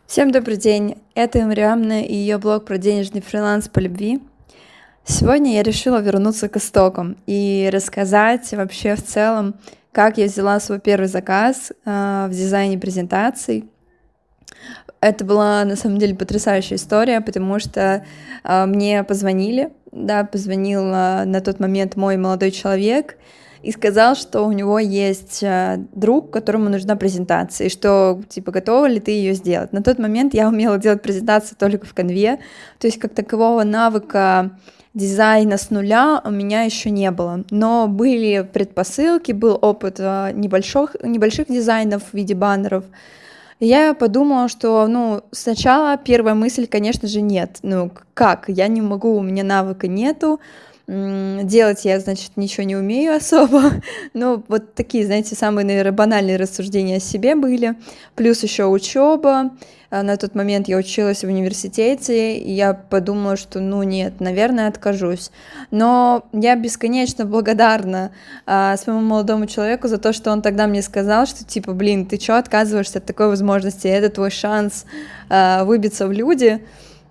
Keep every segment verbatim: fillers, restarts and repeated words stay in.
Всем добрый день, это Мариамна и ее блог про денежный фриланс по любви. Сегодня я решила вернуться к истокам и рассказать вообще в целом, как я взяла свой первый заказ э, в дизайне презентаций. Это была на самом деле потрясающая история, потому что э, мне позвонили, да, позвонил э, на тот момент мой молодой человек, и сказал, что у него есть э, друг, которому нужна презентация, и что, типа, готова ли ты ее сделать. На тот момент я умела делать презентации только в Canva, то есть как такового навыка дизайна с нуля у меня еще не было, но были предпосылки, был опыт э, небольших, небольших дизайнов в виде баннеров. И я подумала, что, ну, сначала первая мысль, конечно же, нет. Ну, как? Я не могу, у меня навыка нету, делать я, значит, ничего не умею особо, но вот такие, знаете, самые, наверное, банальные рассуждения о себе были, плюс еще учеба, на тот момент я училась в университете, и я подумала, что, ну, нет, наверное, откажусь, но я бесконечно благодарна а, своему молодому человеку за то, что он тогда мне сказал, что, типа, блин, ты что отказываешься от такой возможности, это твой шанс а, выбиться в люди.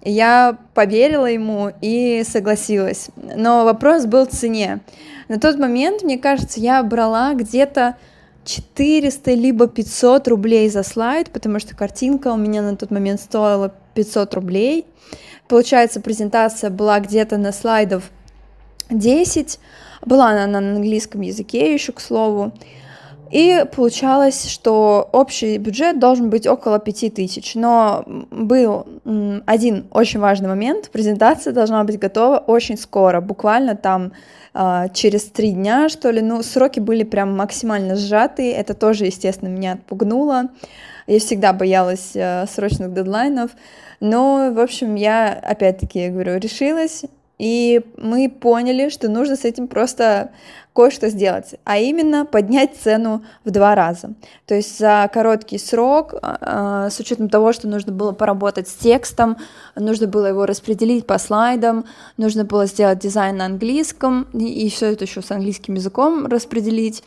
Я поверила ему и согласилась. Но вопрос был в цене. На тот момент, мне кажется, я брала где-то четыреста либо пятьсот рублей за слайд, потому что картинка у меня на тот момент стоила пятьсот рублей. Получается, презентация была где-то на слайдов десять. Была она на английском языке еще, к слову. И получалось, что общий бюджет должен быть около пяти тысяч, но был один очень важный момент, презентация должна быть готова очень скоро, буквально там через три дня, что ли, ну, сроки были прям максимально сжатые, это тоже, естественно, меня отпугнуло, я всегда боялась срочных дедлайнов, но, в общем, я, опять-таки, я говорю, решилась, и мы поняли, что нужно с этим просто кое-что сделать, а именно поднять цену в два раза. То есть за короткий срок, с учетом того, что нужно было поработать с текстом, нужно было его распределить по слайдам, нужно было сделать дизайн на английском, и все это еще с английским языком распределить,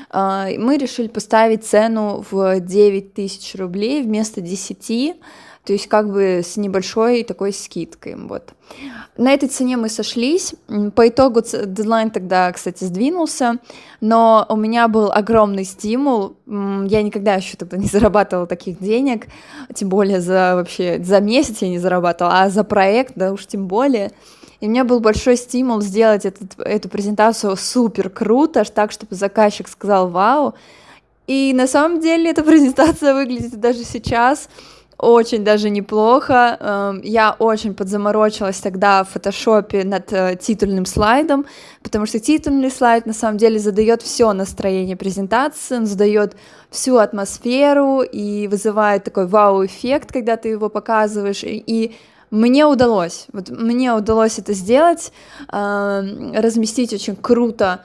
мы решили поставить цену в девять тысяч рублей вместо десяти, то есть как бы с небольшой такой скидкой, вот. На этой цене мы сошлись, по итогу дедлайн тогда, кстати, сдвинулся, но у меня был огромный стимул, я никогда еще тогда не зарабатывала таких денег, тем более за вообще, за месяц я не зарабатывала, а за проект, да уж тем более, и у меня был большой стимул сделать этот, эту презентацию супер круто, так, чтобы заказчик сказал «Вау», и на самом деле эта презентация выглядит даже сейчас очень даже неплохо. Я очень подзаморочилась тогда в фотошопе над титульным слайдом, потому что титульный слайд на самом деле задает все настроение презентации, он задает всю атмосферу и вызывает такой вау-эффект, когда ты его показываешь, и мне удалось, вот мне удалось это сделать, разместить очень круто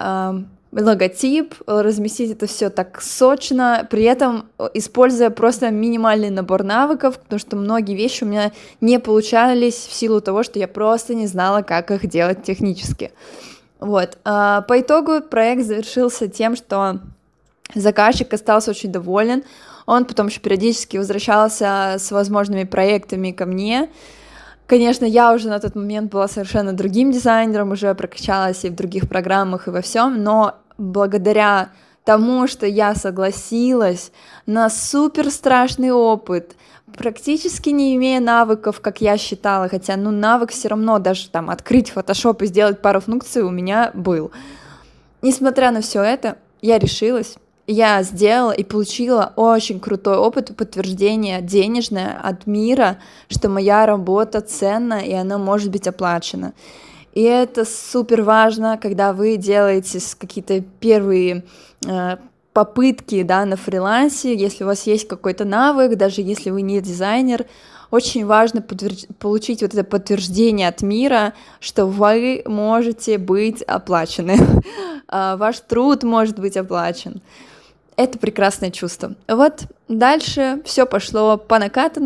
логотип, разместить это все так сочно, при этом используя просто минимальный набор навыков, потому что многие вещи у меня не получались в силу того, что я просто не знала, как их делать технически. Вот. По итогу проект завершился тем, что заказчик остался очень доволен, он потом еще периодически возвращался с возможными проектами ко мне. Конечно, я уже на тот момент была совершенно другим дизайнером, уже прокачалась и в других программах, и во всем, но благодаря тому, что я согласилась на супер страшный опыт, практически не имея навыков, как я считала, хотя, ну, навык все равно, даже там открыть Photoshop и сделать пару функций у меня был. Несмотря на все это, я решилась. Я сделала и получила очень крутой опыт и подтверждение денежное от мира, что моя работа ценна и она может быть оплачена. И это супер важно, когда вы делаете какие-то первые э, попытки, да, на фрилансе, если у вас есть какой-то навык, даже если вы не дизайнер, очень важно подтверд... получить вот это подтверждение от мира, что вы можете быть оплачены, ваш труд может быть оплачен. Это прекрасное чувство. Вот дальше все пошло по накатанной.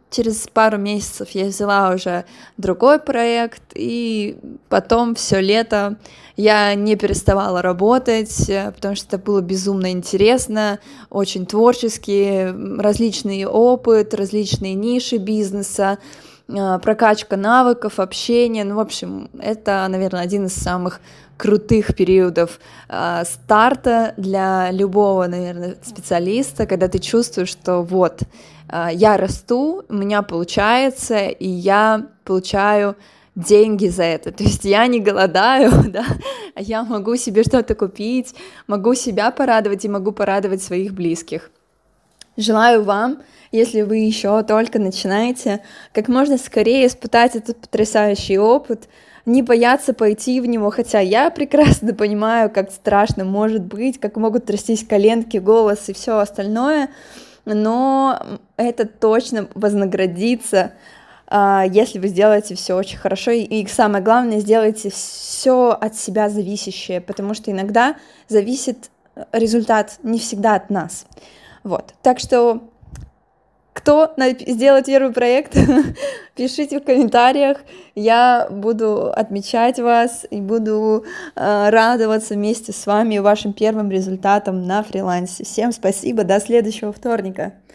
Через пару месяцев я взяла уже другой проект, и потом все лето я не переставала работать, потому что это было безумно интересно, очень творчески, различный опыт, различные ниши бизнеса, прокачка навыков, общения. Ну, в общем, это, наверное, один из самых крутых периодов э, старта для любого, наверное, специалиста, когда ты чувствуешь, что вот, э, я расту, у меня получается, и я получаю деньги за это, то есть я не голодаю, да, а я могу себе что-то купить, могу себя порадовать и могу порадовать своих близких. Желаю вам, если вы еще только начинаете, как можно скорее испытать этот потрясающий опыт, не бояться пойти в него, хотя я прекрасно понимаю, как страшно может быть, как могут трястись коленки, голос и все остальное, но это точно вознаградится, если вы сделаете все очень хорошо, и самое главное, сделайте все от себя зависящее, потому что иногда зависит результат не всегда от нас. Вот, так что кто сделает первый проект, пишите в комментариях, я буду отмечать вас и буду э, радоваться вместе с вами вашим первым результатом на фрилансе. Всем спасибо, до следующего вторника.